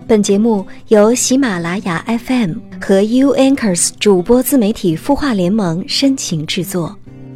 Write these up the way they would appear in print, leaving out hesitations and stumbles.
本节目由喜马拉雅 FM 和 U Anchors 主播自媒体孵化联盟深情制作。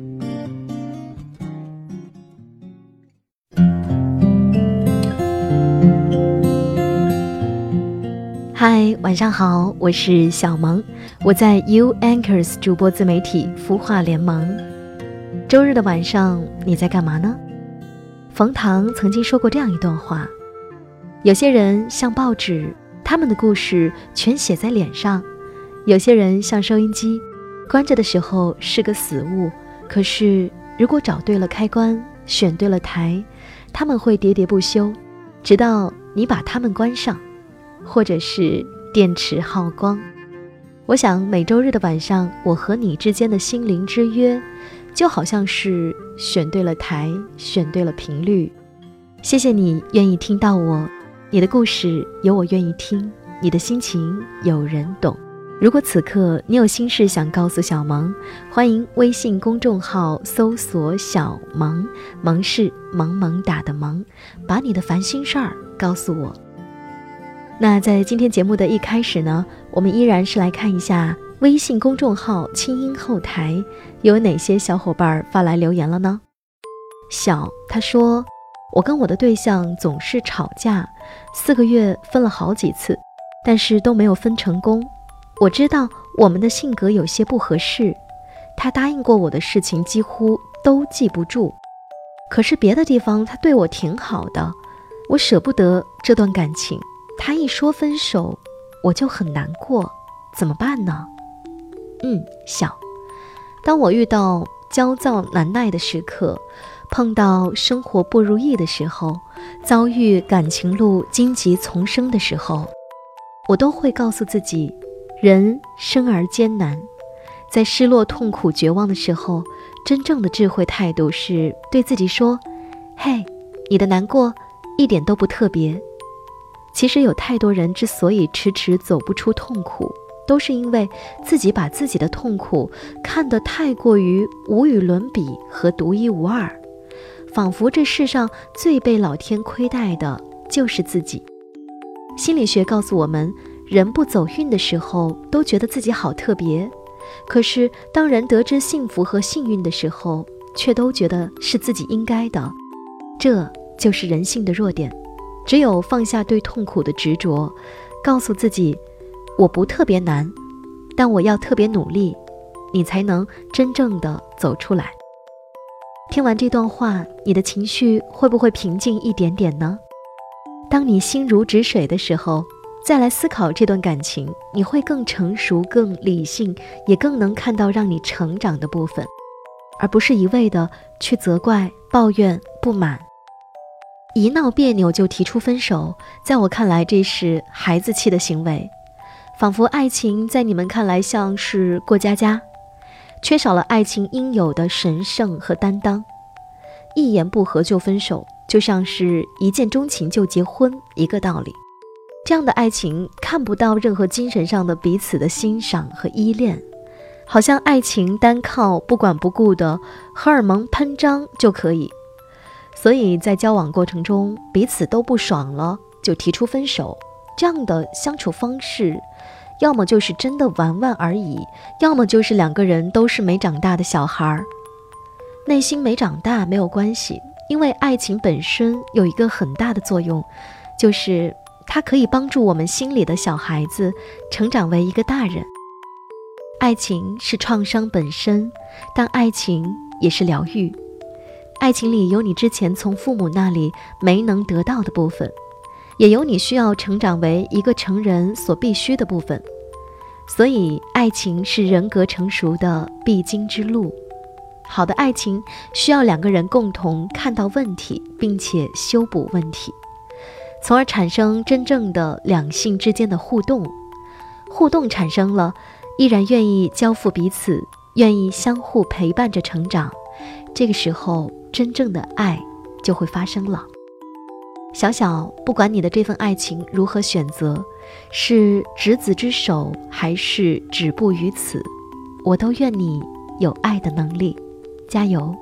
嗨，晚上好，我是小萌，我在 U Anchors 主播自媒体孵化联盟。周日的晚上你在干嘛呢？冯唐曾经说过这样一段话，有些人像报纸，他们的故事全写在脸上；有些人像收音机，关着的时候是个死物，可是如果找对了开关，选对了台，他们会喋喋不休，直到你把它们关上，或者是电池耗光。我想每周日的晚上，我和你之间的心灵之约，就好像是选对了台，选对了频率。谢谢你愿意听到我，你的故事有我愿意听，你的心情有人懂。如果此刻你有心事想告诉小萌，欢迎微信公众号搜索小萌，萌是萌萌打的萌，把你的烦心事儿告诉我。那在今天节目的一开始呢，我们依然是来看一下微信公众号清音后台有哪些小伙伴发来留言了呢？小他说，我跟我的对象总是吵架，4个月分了好几次，但是都没有分成功。我知道我们的性格有些不合适，他答应过我的事情几乎都记不住，可是别的地方他对我挺好的，我舍不得这段感情，他一说分手我就很难过，怎么办呢？小，当我遇到焦躁难耐的时刻，碰到生活不如意的时候，遭遇感情路荆棘丛生的时候，我都会告诉自己，人生而艰难。在失落痛苦绝望的时候，真正的智慧态度是对自己说，嘿，你的难过一点都不特别。其实有太多人之所以迟迟走不出痛苦，都是因为自己把自己的痛苦看得太过于无与伦比和独一无二，仿佛这世上最被老天亏待的就是自己。心理学告诉我们，人不走运的时候都觉得自己好特别，可是当人得知幸福和幸运的时候，却都觉得是自己应该的。这就是人性的弱点。只有放下对痛苦的执着，告诉自己，我不特别难，但我要特别努力，你才能真正的走出来。听完这段话，你的情绪会不会平静一点点呢？当你心如止水的时候，再来思考这段感情，你会更成熟，更理性，也更能看到让你成长的部分，而不是一味的去责怪、抱怨、不满。一闹别扭就提出分手，在我看来这是孩子气的行为，仿佛爱情在你们看来像是过家家，缺少了爱情应有的神圣和担当。一言不合就分手，就像是一见钟情就结婚一个道理。这样的爱情看不到任何精神上的彼此的欣赏和依恋，好像爱情单靠不管不顾的荷尔蒙喷张就可以。所以在交往过程中彼此都不爽了就提出分手，这样的相处方式要么就是真的玩玩而已，要么就是两个人都是没长大的小孩。内心没长大没有关系，因为爱情本身有一个很大的作用，就是它可以帮助我们心里的小孩子成长为一个大人。爱情是创伤本身，但爱情也是疗愈。爱情里有你之前从父母那里没能得到的部分，也有你需要成长为一个成人所必须的部分。所以爱情是人格成熟的必经之路。好的爱情需要两个人共同看到问题，并且修补问题，从而产生真正的两性之间的互动。互动产生了，依然愿意交付彼此，愿意相互陪伴着成长，这个时候真正的爱就会发生了。小小，不管你的这份爱情如何选择，是执子之手还是止步于此，我都愿你有爱的能力，加油。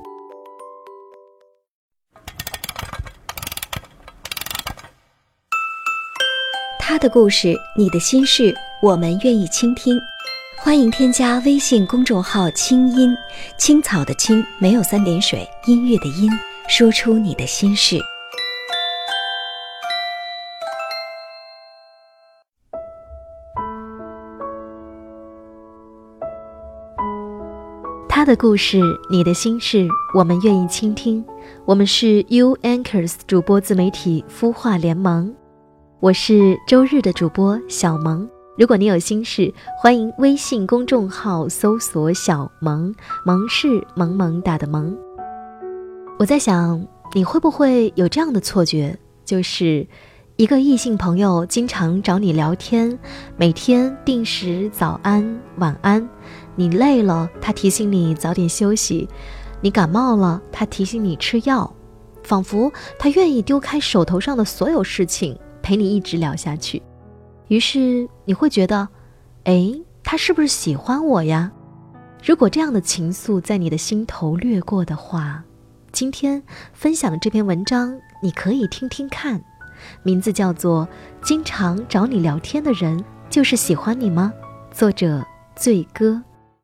他的故事，你的心事，我们愿意倾听。欢迎添加微信公众号清音，青草的青，没有3点水，音乐的音，说出你的心事。 他的故事，你的心事，我们愿意倾听。我们是 You Anchors 主播自媒体孵化联盟，我是周日的主播小萌。如果你有心事，欢迎微信公众号搜索小萌，萌是萌萌哒的萌。我在想，你会不会有这样的错觉，就是一个异性朋友经常找你聊天，每天定时早安晚安，你累了他提醒你早点休息，你感冒了他提醒你吃药，仿佛他愿意丢开手头上的所有事情陪你一直聊下去。于是你会觉得，他是不是喜欢我呀？如果这样的情愫在你的心头掠过的话，今天分享的这篇文章你可以听听看，名字叫做经常找你聊天的人就是喜欢你吗？作者醉哥。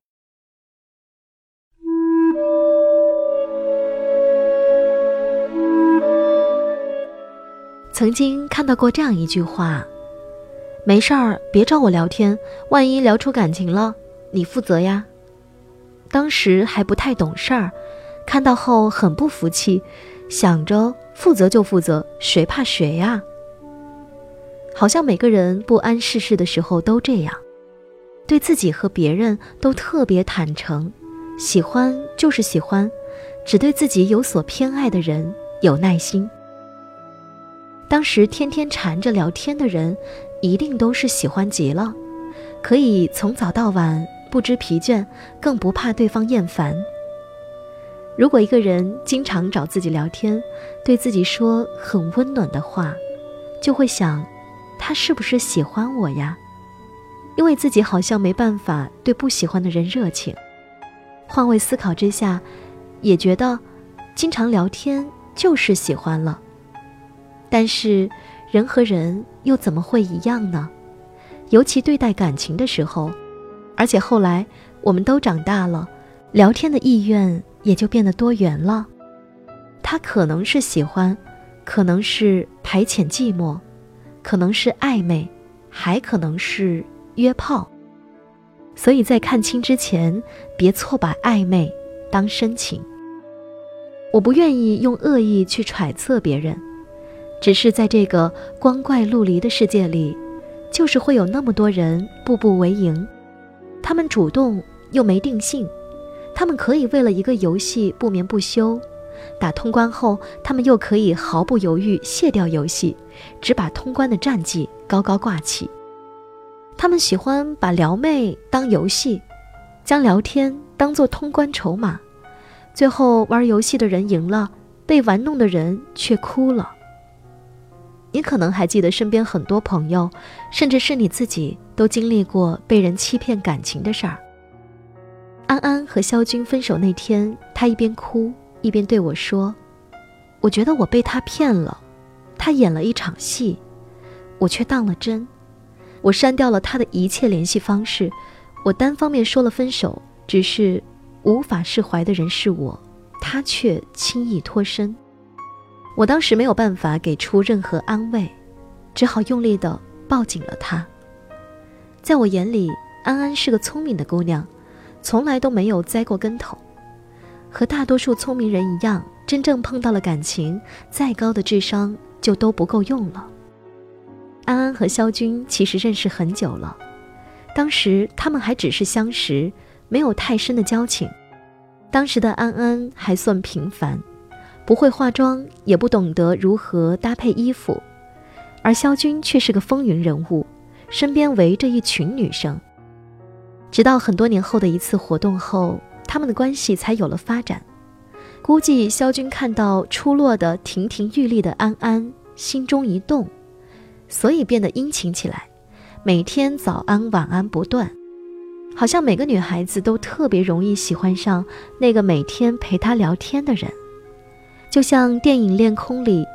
曾经看到过这样一句话，没事儿别找我聊天，万一聊出感情了你负责呀。当时还不太懂事儿，看到后很不服气，想着负责就负责，谁怕谁呀。好像每个人不谙世事的时候都这样，对自己和别人都特别坦诚，喜欢就是喜欢，只对自己有所偏爱的人有耐心。当时天天缠着聊天的人一定都是喜欢极了，可以从早到晚不知疲倦，更不怕对方厌烦。如果一个人经常找自己聊天，对自己说很温暖的话，就会想他是不是喜欢我呀？因为自己好像没办法对不喜欢的人热情。换位思考之下，也觉得经常聊天就是喜欢了。但是人和人又怎么会一样呢？尤其对待感情的时候，而且后来我们都长大了，聊天的意愿也就变得多元了。他可能是喜欢，可能是排遣寂寞，可能是暧昧，还可能是约炮。所以在看清之前，别错把暧昧当深情。我不愿意用恶意去揣测别人，只是在这个光怪陆离的世界里，就是会有那么多人步步为营。他们主动又没定性，他们可以为了一个游戏不眠不休，打通关后他们又可以毫不犹豫卸掉游戏，只把通关的战绩高高挂起。他们喜欢把撩妹当游戏，将聊天当作通关筹码，最后玩游戏的人赢了，被玩弄的人却哭了。你可能还记得身边很多朋友，甚至是你自己，都经历过被人欺骗感情的事儿。安安和肖军分手那天，他一边哭一边对我说，我觉得我被他骗了，他演了一场戏，我却当了真。我删掉了他的一切联系方式，我单方面说了分手，只是无法释怀的人是我，他却轻易脱身。我当时没有办法给出任何安慰，只好用力地抱紧了他。在我眼里，安安是个聪明的姑娘，从来都没有栽过跟头。和大多数聪明人一样，真正碰到了感情，再高的智商就都不够用了。安安和肖军其实认识很久了，当时他们还只是相识，没有太深的交情。当时的安安还算平凡，不会化妆，也不懂得如何搭配衣服，而肖军却是个风云人物，身边围着一群女生。直到很多年后的一次活动后，他们的关系才有了发展。估计肖军看到出落的亭亭玉立的安安，心中一动，所以变得殷勤起来，每天早安晚安不断。好像每个女孩子都特别容易喜欢上那个每天陪她聊天的人。就像电影《恋空》里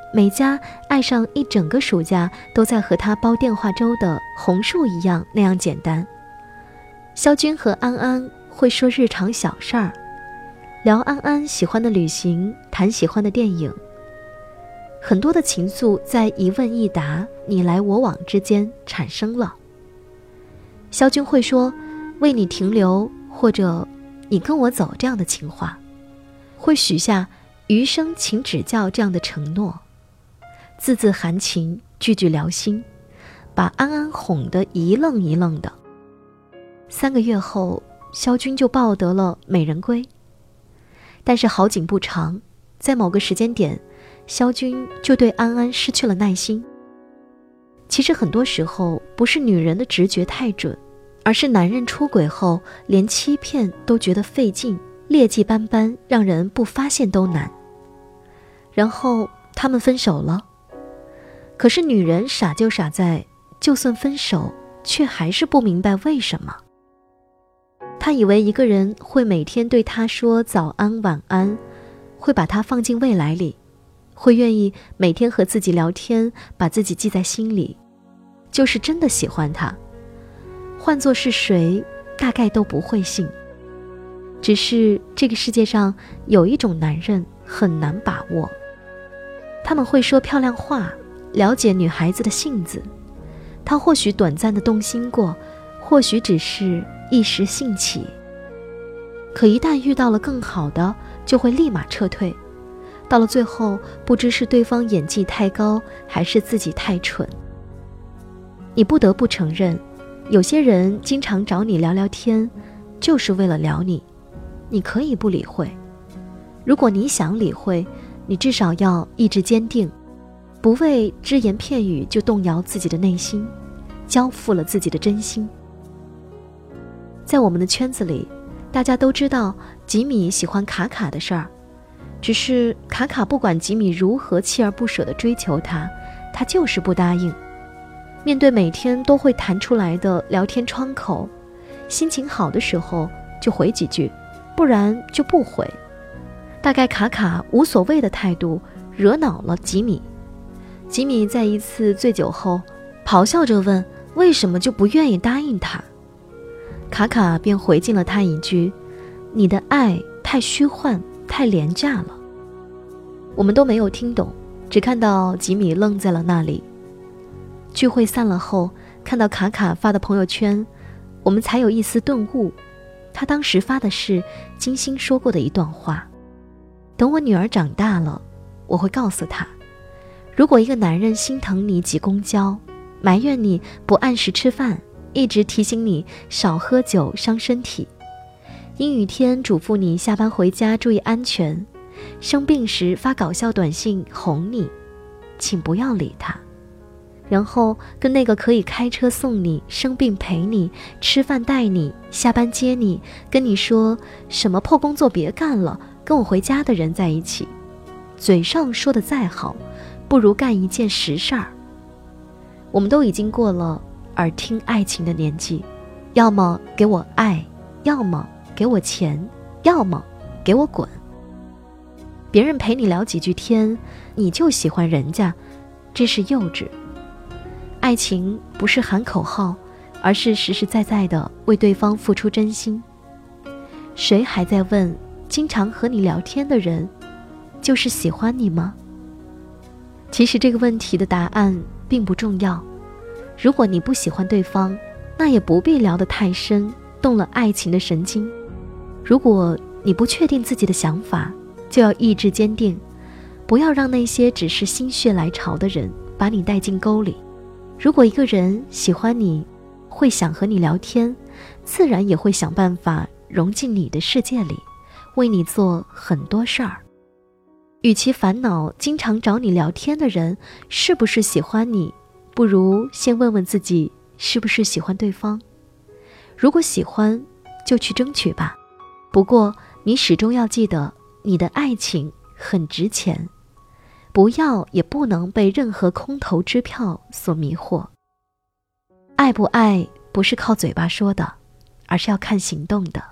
每家爱上一整个暑假都在和他煲电话粥的红树一样那样简单。肖军和安安会说日常小事儿，聊安安喜欢的旅行，谈喜欢的电影。很多的情愫在一问一答、你来我往之间产生了。肖军会说为你停留，或者你跟我走这样的情话，会许下余生请指教这样的承诺，字字含情，句句撩心，把安安哄得一愣一愣的。3个月后，肖军就抱得了美人归。但是好景不长，在某个时间点，肖军就对安安失去了耐心。其实很多时候不是女人的直觉太准，而是男人出轨后连欺骗都觉得费劲，劣迹斑斑，让人不发现都难。然后他们分手了。可是女人傻就傻在，就算分手，却还是不明白为什么。她以为一个人会每天对她说早安晚安，会把她放进未来里，会愿意每天和自己聊天，把自己记在心里，就是真的喜欢她。换作是谁，大概都不会信。只是这个世界上有一种男人很难把握，他们会说漂亮话，了解女孩子的性子。他或许短暂的动心过，或许只是一时兴起，可一旦遇到了更好的，就会立马撤退。到了最后，不知是对方演技太高，还是自己太蠢。你不得不承认，有些人经常找你聊聊天，就是为了聊你。你可以不理会，如果你想理会，你至少要意志坚定，不为只言片语就动摇自己的内心，交付了自己的真心。在我们的圈子里，大家都知道吉米喜欢卡卡的事儿，只是卡卡不管吉米如何锲而不舍地追求他，他就是不答应。面对每天都会弹出来的聊天窗口，心情好的时候就回几句，不然就不回。大概卡卡无所谓的态度惹恼了吉米。吉米在一次醉酒后咆哮着问为什么就不愿意答应他。卡卡便回敬了他一句，你的爱太虚幻，太廉价了。我们都没有听懂，只看到吉米愣在了那里。聚会散了后，看到卡卡发的朋友圈，我们才有一丝顿悟。他当时发的是金星说过的一段话，等我女儿长大了，我会告诉她，如果一个男人心疼你挤公交，埋怨你不按时吃饭，一直提醒你少喝酒伤身体，阴雨天嘱咐你下班回家注意安全，生病时发搞笑短信哄你，请不要理他。然后跟那个可以开车送你，生病陪你，吃饭带你，下班接你，跟你说什么破工作别干了，跟我回家的人在一起，嘴上说的再好，不如干一件实事儿。我们都已经过了耳听爱情的年纪，要么给我爱，要么给我钱，要么给我滚。别人陪你聊几句天，你就喜欢人家，这是幼稚。爱情不是喊口号，而是实实在在的为对方付出真心。谁还在问经常和你聊天的人就是喜欢你吗？其实这个问题的答案并不重要。如果你不喜欢对方，那也不必聊得太深，动了爱情的神经。如果你不确定自己的想法，就要意志坚定，不要让那些只是心血来潮的人把你带进沟里。如果一个人喜欢你，会想和你聊天，自然也会想办法融进你的世界里，为你做很多事儿。与其烦恼经常找你聊天的人是不是喜欢你，不如先问问自己是不是喜欢对方。如果喜欢，就去争取吧。不过你始终要记得，你的爱情很值钱，不要也不能被任何空头支票所迷惑。爱不爱不是靠嘴巴说的，而是要看行动的。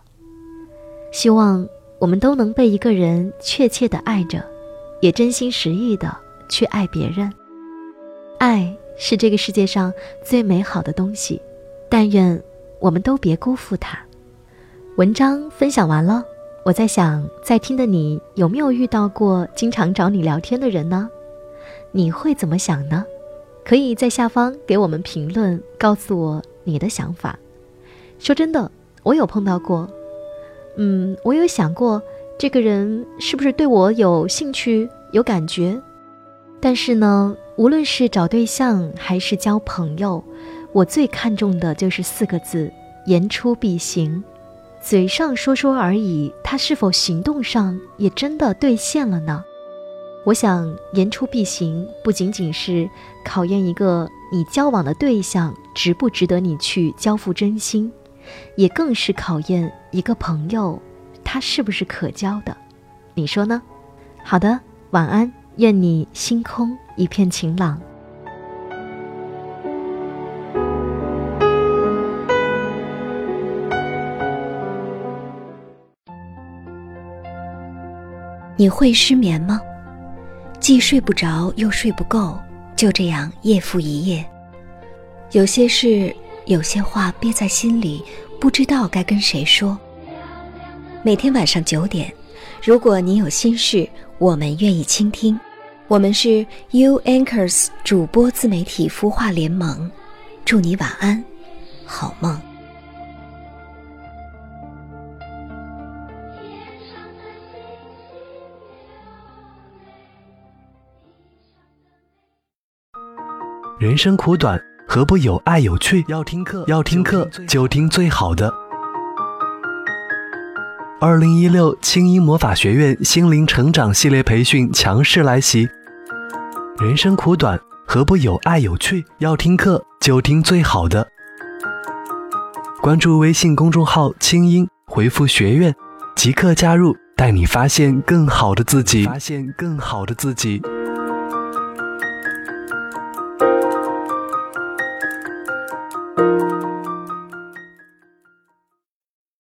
希望我们都能被一个人确切地爱着，也真心实意地去爱别人。爱是这个世界上最美好的东西，但愿我们都别辜负它。文章分享完了，我在想，在听的你有没有遇到过经常找你聊天的人呢？你会怎么想呢？可以在下方给我们评论，告诉我你的想法。说真的，我有碰到过，我有想过这个人是不是对我有兴趣、有感觉。但是呢，无论是找对象还是交朋友，我最看重的就是4个字：言出必行。嘴上说说而已，他是否行动上也真的兑现了呢？我想言出必行不仅仅是考验一个你交往的对象值不值得你去交付真心，也更是考验一个朋友他是不是可交的。你说呢？好的，晚安，愿你星空一片晴朗。 你会失眠吗？既睡不着又睡不够，就这样夜复一夜。有些事，有些话憋在心里，不知道该跟谁说。每天晚上9点，如果你有心事，我们愿意倾听。我们是 You Anchors 主播自媒体孵化联盟，祝你晚安，好梦。 人生苦短，何不有爱有趣？要听课就听最好的。2016清音魔法学院心灵成长系列培训强势来袭。人生苦短，何不有爱有趣？要听课就听最好的。关注微信公众号清音，回复学院即刻加入，带你发现更好的自己。